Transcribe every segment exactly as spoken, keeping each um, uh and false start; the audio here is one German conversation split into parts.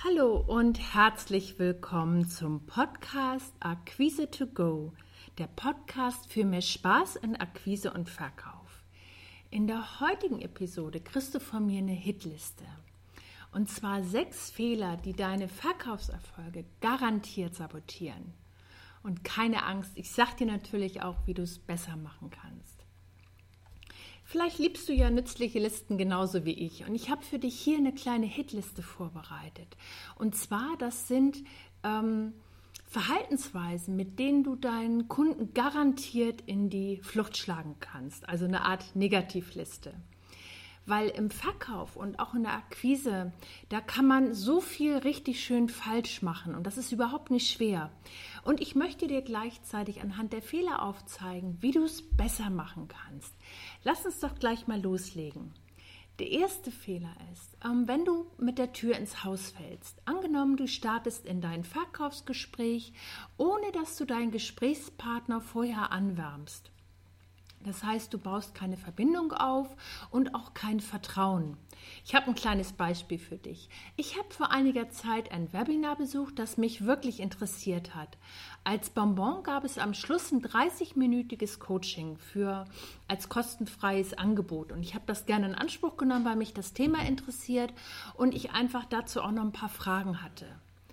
Hallo und herzlich willkommen zum Podcast Akquise to Go, der Podcast für mehr Spaß in Akquise und Verkauf. In der heutigen Episode kriegst du von mir eine Hitliste. Und zwar sechs Fehler, die deine Verkaufserfolge garantiert sabotieren. Und keine Angst, ich sag dir natürlich auch, wie du es besser machen kannst. Vielleicht liebst du ja nützliche Listen genauso wie ich. Und ich habe für dich hier eine kleine Hitliste vorbereitet. Und zwar, das sind ähm, Verhaltensweisen, mit denen du deinen Kunden garantiert in die Flucht schlagen kannst. Also eine Art Negativliste. Weil im Verkauf und auch in der Akquise, da kann man so viel richtig schön falsch machen und das ist überhaupt nicht schwer. Und ich möchte dir gleichzeitig anhand der Fehler aufzeigen, wie du es besser machen kannst. Lass uns doch gleich mal loslegen. Der erste Fehler ist, wenn du mit der Tür ins Haus fällst. Angenommen, du startest in dein Verkaufsgespräch, ohne dass du deinen Gesprächspartner vorher anwärmst. Das heißt, du baust keine Verbindung auf und auch kein Vertrauen. Ich habe ein kleines Beispiel für dich. Ich habe vor einiger Zeit ein Webinar besucht, das mich wirklich interessiert hat. Als Bonbon gab es am Schluss ein dreißig-minütiges Coaching für als kostenfreies Angebot. Und ich habe das gerne in Anspruch genommen, weil mich das Thema interessiert und ich einfach dazu auch noch ein paar Fragen hatte.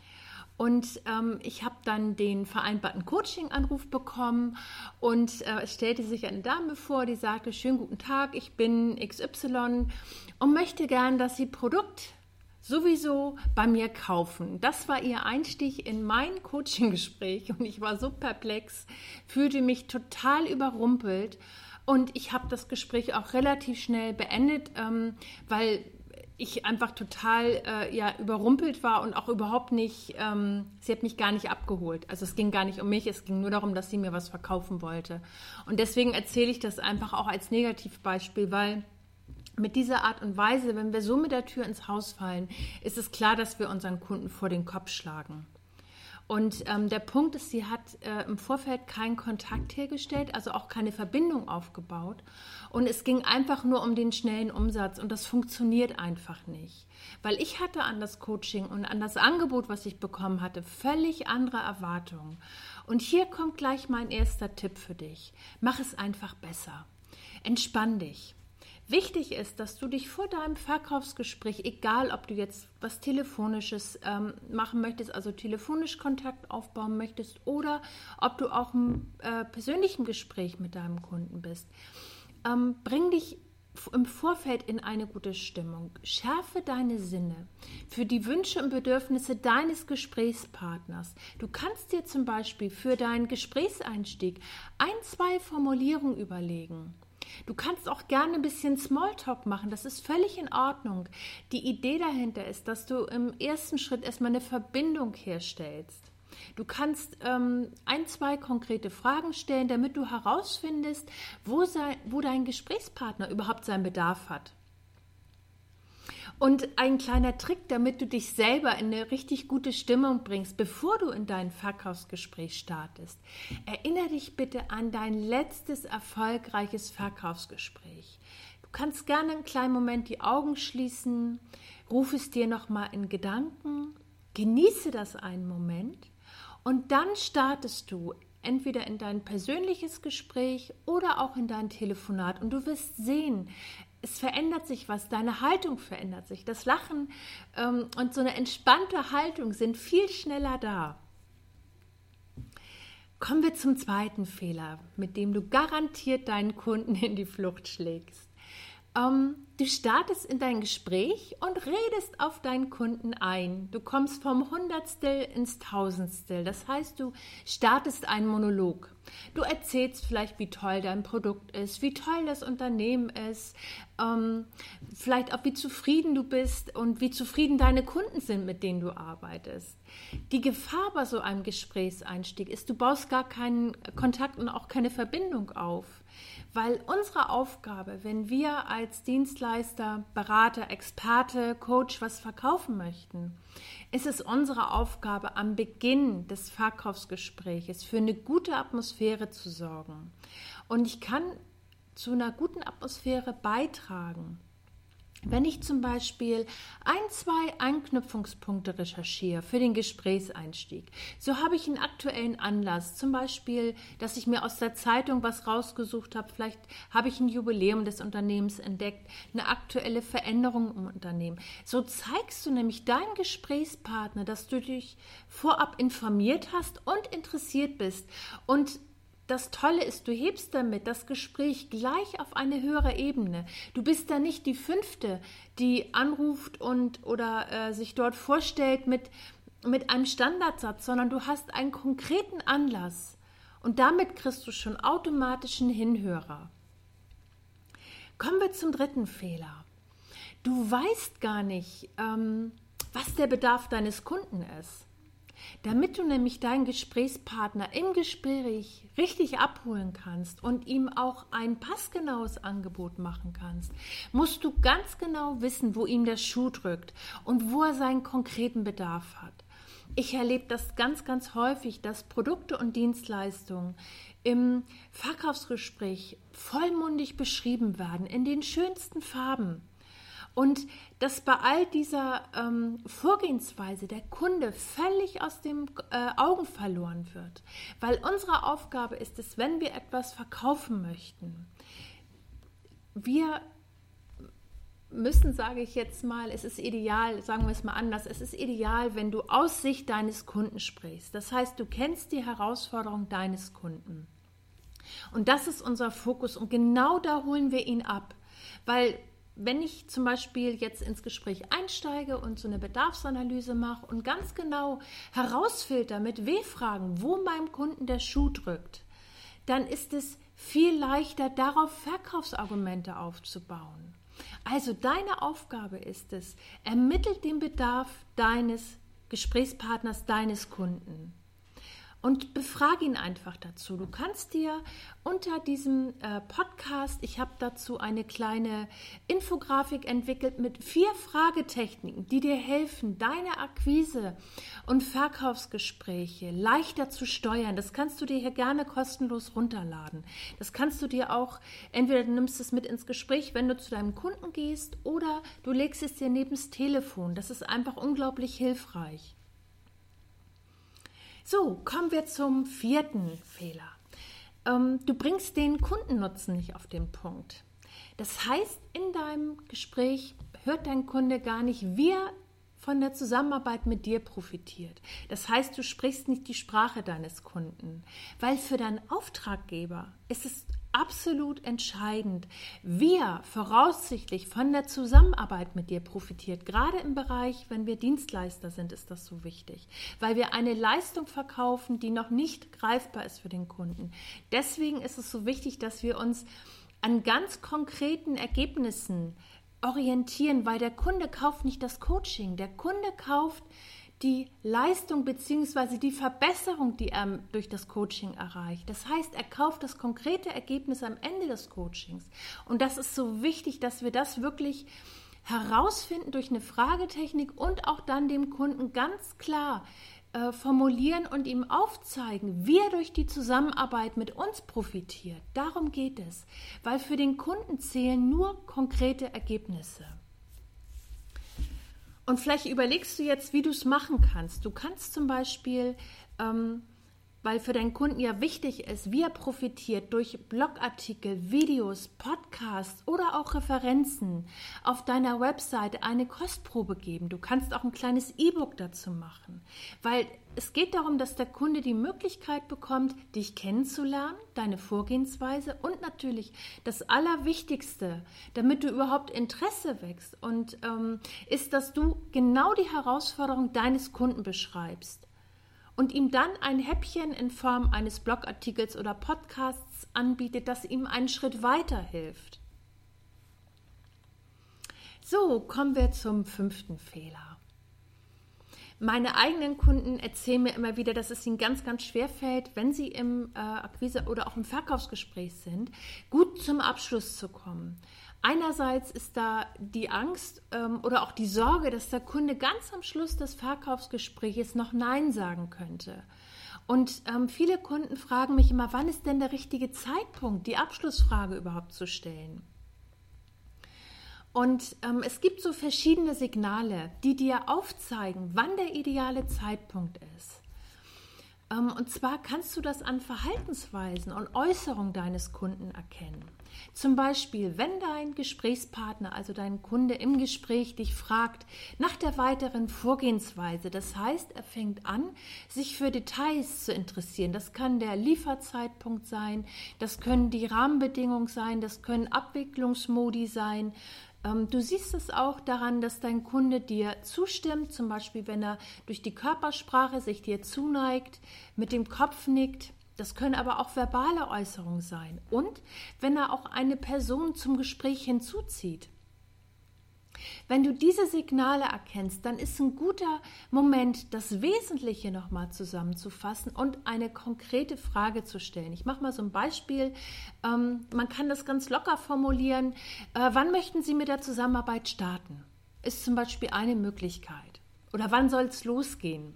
Und ähm, ich habe dann den vereinbarten Coaching-Anruf bekommen und äh, es stellte sich eine Dame vor, die sagte, schönen guten Tag, ich bin X Y und möchte gern, dass Sie Produkt sowieso bei mir kaufen. Das war ihr Einstieg in mein Coaching-Gespräch und ich war so perplex, fühlte mich total überrumpelt und ich habe das Gespräch auch relativ schnell beendet, ähm, weil ich einfach total äh, ja, überrumpelt war und auch überhaupt nicht, ähm, sie hat mich gar nicht abgeholt. Also es ging gar nicht um mich, es ging nur darum, dass sie mir was verkaufen wollte. Und deswegen erzähle ich das einfach auch als Negativbeispiel, weil mit dieser Art und Weise, wenn wir so mit der Tür ins Haus fallen, ist es klar, dass wir unseren Kunden vor den Kopf schlagen. Und ähm, der Punkt ist, sie hat äh, im Vorfeld keinen Kontakt hergestellt, also auch keine Verbindung aufgebaut. Und es ging einfach nur um den schnellen Umsatz und das funktioniert einfach nicht. Weil ich hatte an das Coaching und an das Angebot, was ich bekommen hatte, völlig andere Erwartungen. Und hier kommt gleich mein erster Tipp für dich. Mach es einfach besser. Entspann dich. Wichtig ist, dass du dich vor deinem Verkaufsgespräch, egal ob du jetzt was Telefonisches ähm, machen möchtest, also telefonisch Kontakt aufbauen möchtest oder ob du auch im äh, persönlichen Gespräch mit deinem Kunden bist, ähm, bring dich im Vorfeld in eine gute Stimmung. Schärfe deine Sinne für die Wünsche und Bedürfnisse deines Gesprächspartners. Du kannst dir zum Beispiel für deinen Gesprächseinstieg ein, zwei Formulierungen überlegen. Du kannst auch gerne ein bisschen Smalltalk machen, das ist völlig in Ordnung. Die Idee dahinter ist, dass du im ersten Schritt erstmal eine Verbindung herstellst. Du kannst ähm, ein, zwei konkrete Fragen stellen, damit du herausfindest, wo, sein, wo dein Gesprächspartner überhaupt seinen Bedarf hat. Und ein kleiner Trick, damit du dich selber in eine richtig gute Stimmung bringst, bevor du in dein Verkaufsgespräch startest. Erinnere dich bitte an dein letztes erfolgreiches Verkaufsgespräch. Du kannst gerne einen kleinen Moment die Augen schließen, ruf es dir nochmal in Gedanken, genieße das einen Moment und dann startest du entweder in dein persönliches Gespräch oder auch in dein Telefonat und du wirst sehen, es verändert sich was, deine Haltung verändert sich. Das Lachen ähm, und so eine entspannte Haltung sind viel schneller da. Kommen wir zum zweiten Fehler, mit dem du garantiert deinen Kunden in die Flucht schlägst. Ähm, du startest in dein Gespräch und redest auf deinen Kunden ein. Du kommst vom Hundertstel ins Tausendstel. Das heißt, du startest einen Monolog. Du erzählst vielleicht, wie toll dein Produkt ist, wie toll das Unternehmen ist, ähm, vielleicht auch, wie zufrieden du bist und wie zufrieden deine Kunden sind, mit denen du arbeitest. Die Gefahr bei so einem Gesprächseinstieg ist, du baust gar keinen Kontakt und auch keine Verbindung auf. Weil unsere Aufgabe, wenn wir als Dienstleister, Berater, Experte, Coach was verkaufen möchten, ist es unsere Aufgabe, am Beginn des Verkaufsgespräches für eine gute Atmosphäre zu sorgen. Und ich kann zu einer guten Atmosphäre beitragen, Wenn ich zum Beispiel ein, zwei Anknüpfungspunkte recherchiere für den Gesprächseinstieg, so habe ich einen aktuellen Anlass, zum Beispiel, dass ich mir aus der Zeitung was rausgesucht habe, vielleicht habe ich ein Jubiläum des Unternehmens entdeckt, eine aktuelle Veränderung im Unternehmen. So zeigst du nämlich deinem Gesprächspartner, dass du dich vorab informiert hast und interessiert bist. Und das Tolle ist, du hebst damit das Gespräch gleich auf eine höhere Ebene. Du bist da nicht die Fünfte, die anruft und oder äh, sich dort vorstellt mit, mit einem Standardsatz, sondern du hast einen konkreten Anlass. Und damit kriegst du schon automatisch einen Hinhörer. Kommen wir zum dritten Fehler. Du weißt gar nicht, ähm, was der Bedarf deines Kunden ist. Damit du nämlich deinen Gesprächspartner im Gespräch richtig abholen kannst und ihm auch ein passgenaues Angebot machen kannst, musst du ganz genau wissen, wo ihm der Schuh drückt und wo er seinen konkreten Bedarf hat. Ich erlebe das ganz, ganz häufig, dass Produkte und Dienstleistungen im Verkaufsgespräch vollmundig beschrieben werden, in den schönsten Farben. Und dass bei all dieser ähm, Vorgehensweise der Kunde völlig aus den äh, Augen verloren wird. Weil unsere Aufgabe ist es, wenn wir etwas verkaufen möchten, wir müssen, sage ich jetzt mal, es ist ideal, sagen wir es mal anders, es ist ideal, wenn du aus Sicht deines Kunden sprichst. Das heißt, du kennst die Herausforderung deines Kunden. Und das ist unser Fokus und genau da holen wir ihn ab. Weil wenn ich zum Beispiel jetzt ins Gespräch einsteige und so eine Bedarfsanalyse mache und ganz genau herausfilter mit W-Fragen, wo meinem Kunden der Schuh drückt, dann ist es viel leichter, darauf Verkaufsargumente aufzubauen. Also deine Aufgabe ist es, ermittelt den Bedarf deines Gesprächspartners, deines Kunden. Und befrage ihn einfach dazu. Du kannst dir unter diesem äh, Podcast, ich habe dazu eine kleine Infografik entwickelt mit vier Fragetechniken, die dir helfen, deine Akquise- und Verkaufsgespräche leichter zu steuern. Das kannst du dir hier gerne kostenlos runterladen. Das kannst du dir auch, entweder du nimmst es mit ins Gespräch, wenn du zu deinem Kunden gehst, oder du legst es dir neben das Telefon. Das ist einfach unglaublich hilfreich. So, kommen wir zum vierten Fehler. Ähm, du bringst den Kundennutzen nicht auf den Punkt. Das heißt, in deinem Gespräch hört dein Kunde gar nicht, wie er von der Zusammenarbeit mit dir profitiert. Das heißt, du sprichst nicht die Sprache deines Kunden, weil für deinen Auftraggeber ist es absolut entscheidend, wie er voraussichtlich von der Zusammenarbeit mit dir profitiert. Gerade im Bereich, wenn wir Dienstleister sind, ist das so wichtig, weil wir eine Leistung verkaufen, die noch nicht greifbar ist für den Kunden. Deswegen ist es so wichtig, dass wir uns an ganz konkreten Ergebnissen orientieren, weil der Kunde kauft nicht das Coaching, der Kunde kauft die Leistung bzw. die Verbesserung, die er durch das Coaching erreicht. Das heißt, er kauft das konkrete Ergebnis am Ende des Coachings. Und das ist so wichtig, dass wir das wirklich herausfinden durch eine Fragetechnik und auch dann dem Kunden ganz klar äh, formulieren und ihm aufzeigen, wie er durch die Zusammenarbeit mit uns profitiert. Darum geht es, weil für den Kunden zählen nur konkrete Ergebnisse. Und vielleicht überlegst du jetzt, wie du es machen kannst. Du kannst zum Beispiel, ähm, weil für deinen Kunden ja wichtig ist, wie er profitiert durch Blogartikel, Videos, Podcasts oder auch Referenzen auf deiner Webseite eine Kostprobe geben. Du kannst auch ein kleines E-Book dazu machen, weil es geht darum, dass der Kunde die Möglichkeit bekommt, dich kennenzulernen, deine Vorgehensweise und natürlich das Allerwichtigste, damit du überhaupt Interesse wächst und ähm, ist, dass du genau die Herausforderung deines Kunden beschreibst und ihm dann ein Häppchen in Form eines Blogartikels oder Podcasts anbietet, das ihm einen Schritt weiter hilft. So, kommen wir zum fünften Fehler. Meine eigenen Kunden erzählen mir immer wieder, dass es ihnen ganz, ganz schwer fällt, wenn sie im äh, Akquise- oder auch im Verkaufsgespräch sind, gut zum Abschluss zu kommen. Einerseits ist da die Angst ähm, oder auch die Sorge, dass der Kunde ganz am Schluss des Verkaufsgesprächs noch Nein sagen könnte. Und ähm, viele Kunden fragen mich immer, wann ist denn der richtige Zeitpunkt, die Abschlussfrage überhaupt zu stellen? Und ähm, es gibt so verschiedene Signale, die dir aufzeigen, wann der ideale Zeitpunkt ist. Ähm, und zwar kannst du das an Verhaltensweisen und Äußerungen deines Kunden erkennen. Zum Beispiel, wenn dein Gesprächspartner, also dein Kunde im Gespräch dich fragt nach der weiteren Vorgehensweise. Das heißt, er fängt an, sich für Details zu interessieren. Das kann der Lieferzeitpunkt sein, das können die Rahmenbedingungen sein, das können Abwicklungsmodi sein. Du siehst es auch daran, dass dein Kunde dir zustimmt, zum Beispiel wenn er durch die Körpersprache sich dir zuneigt, mit dem Kopf nickt. Das können aber auch verbale Äußerungen sein. Und wenn er auch eine Person zum Gespräch hinzuzieht. Wenn du diese Signale erkennst, dann ist ein guter Moment, das Wesentliche nochmal zusammenzufassen und eine konkrete Frage zu stellen. Ich mache mal so ein Beispiel. Ähm, man kann das ganz locker formulieren. Äh, wann möchten Sie mit der Zusammenarbeit starten? Ist zum Beispiel eine Möglichkeit. Oder wann soll es losgehen?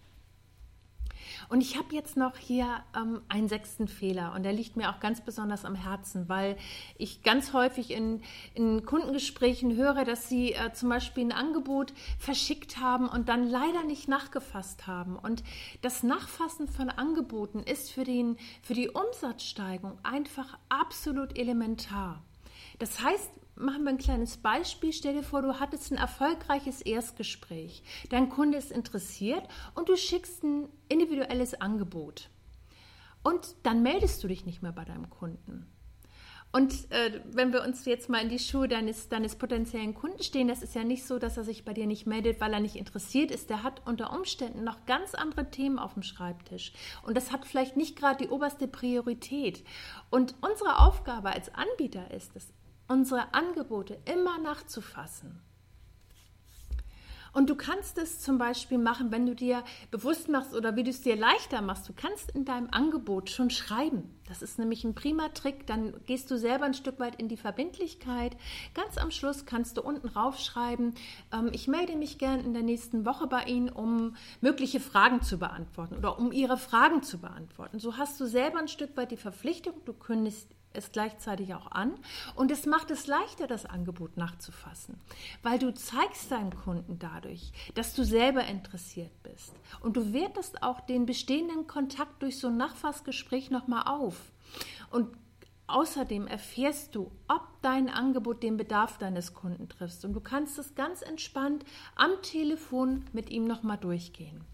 Und ich habe jetzt noch hier ähm, einen sechsten Fehler und der liegt mir auch ganz besonders am Herzen, weil ich ganz häufig in, in Kundengesprächen höre, dass sie äh, zum Beispiel ein Angebot verschickt haben und dann leider nicht nachgefasst haben. Und das Nachfassen von Angeboten ist für, den, für die Umsatzsteigerung einfach absolut elementar. Das heißt, machen wir ein kleines Beispiel. Stell dir vor, du hattest ein erfolgreiches Erstgespräch. Dein Kunde ist interessiert und du schickst ein individuelles Angebot. Und dann meldest du dich nicht mehr bei deinem Kunden. Und äh, wenn wir uns jetzt mal in die Schuhe deines, deines potenziellen Kunden stehen, das ist ja nicht so, dass er sich bei dir nicht meldet, weil er nicht interessiert ist. Der hat unter Umständen noch ganz andere Themen auf dem Schreibtisch. Und das hat vielleicht nicht gerade die oberste Priorität. Und unsere Aufgabe als Anbieter ist es, unsere Angebote immer nachzufassen. Und du kannst es zum Beispiel machen, wenn du dir bewusst machst oder wie du es dir leichter machst. Du kannst in deinem Angebot schon schreiben. Das ist nämlich ein prima Trick. Dann gehst du selber ein Stück weit in die Verbindlichkeit. Ganz am Schluss kannst du unten raufschreiben, ähm, ich melde mich gern in der nächsten Woche bei Ihnen, um mögliche Fragen zu beantworten oder um Ihre Fragen zu beantworten. So hast du selber ein Stück weit die Verpflichtung, du kündigst es gleichzeitig auch an und es macht es leichter, das Angebot nachzufassen, weil du zeigst deinem Kunden dadurch, dass du selber interessiert bist und du wertest auch den bestehenden Kontakt durch so ein Nachfassgespräch nochmal auf und außerdem erfährst du, ob dein Angebot den Bedarf deines Kunden trifft und du kannst es ganz entspannt am Telefon mit ihm nochmal durchgehen.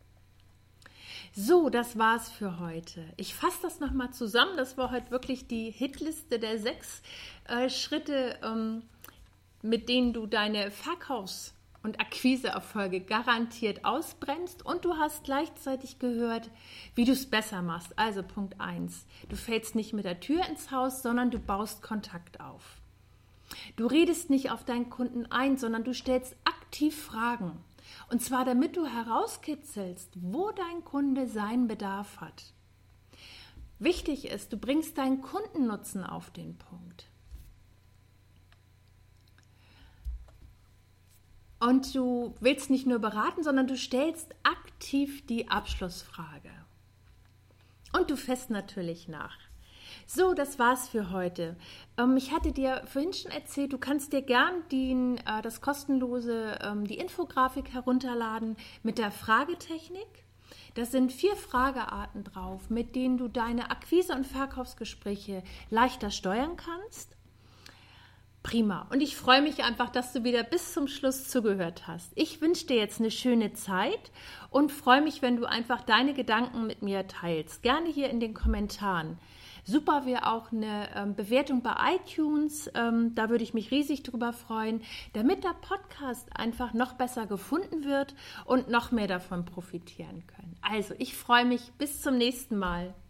So, das war's für heute. Ich fasse das nochmal zusammen. Das war heute wirklich die Hitliste der sechs äh, Schritte, ähm, mit denen du deine Verkaufs- und Akquiseerfolge garantiert ausbremst. Und du hast gleichzeitig gehört, wie du es besser machst. Also Punkt eins. Du fällst nicht mit der Tür ins Haus, sondern du baust Kontakt auf. Du redest nicht auf deinen Kunden ein, sondern du stellst aktiv Fragen. Und zwar, damit du herauskitzelst, wo dein Kunde seinen Bedarf hat. Wichtig ist, du bringst deinen Kundennutzen auf den Punkt. Und du willst nicht nur beraten, sondern du stellst aktiv die Abschlussfrage. Und du fährst natürlich nach. So, das war's für heute. Ähm, ich hatte dir vorhin schon erzählt, du kannst dir gern die, äh, das kostenlose, ähm, die Infografik herunterladen mit der Fragetechnik. Da sind vier Fragearten drauf, mit denen du deine Akquise- und Verkaufsgespräche leichter steuern kannst. Prima. Und ich freue mich einfach, dass du wieder bis zum Schluss zugehört hast. Ich wünsche dir jetzt eine schöne Zeit und freue mich, wenn du einfach deine Gedanken mit mir teilst. Gerne hier in den Kommentaren. Super wäre auch eine ähm, Bewertung bei iTunes. Ähm, da würde ich mich riesig drüber freuen, damit der Podcast einfach noch besser gefunden wird und noch mehr davon profitieren können. Also, ich freue mich. Bis zum nächsten Mal.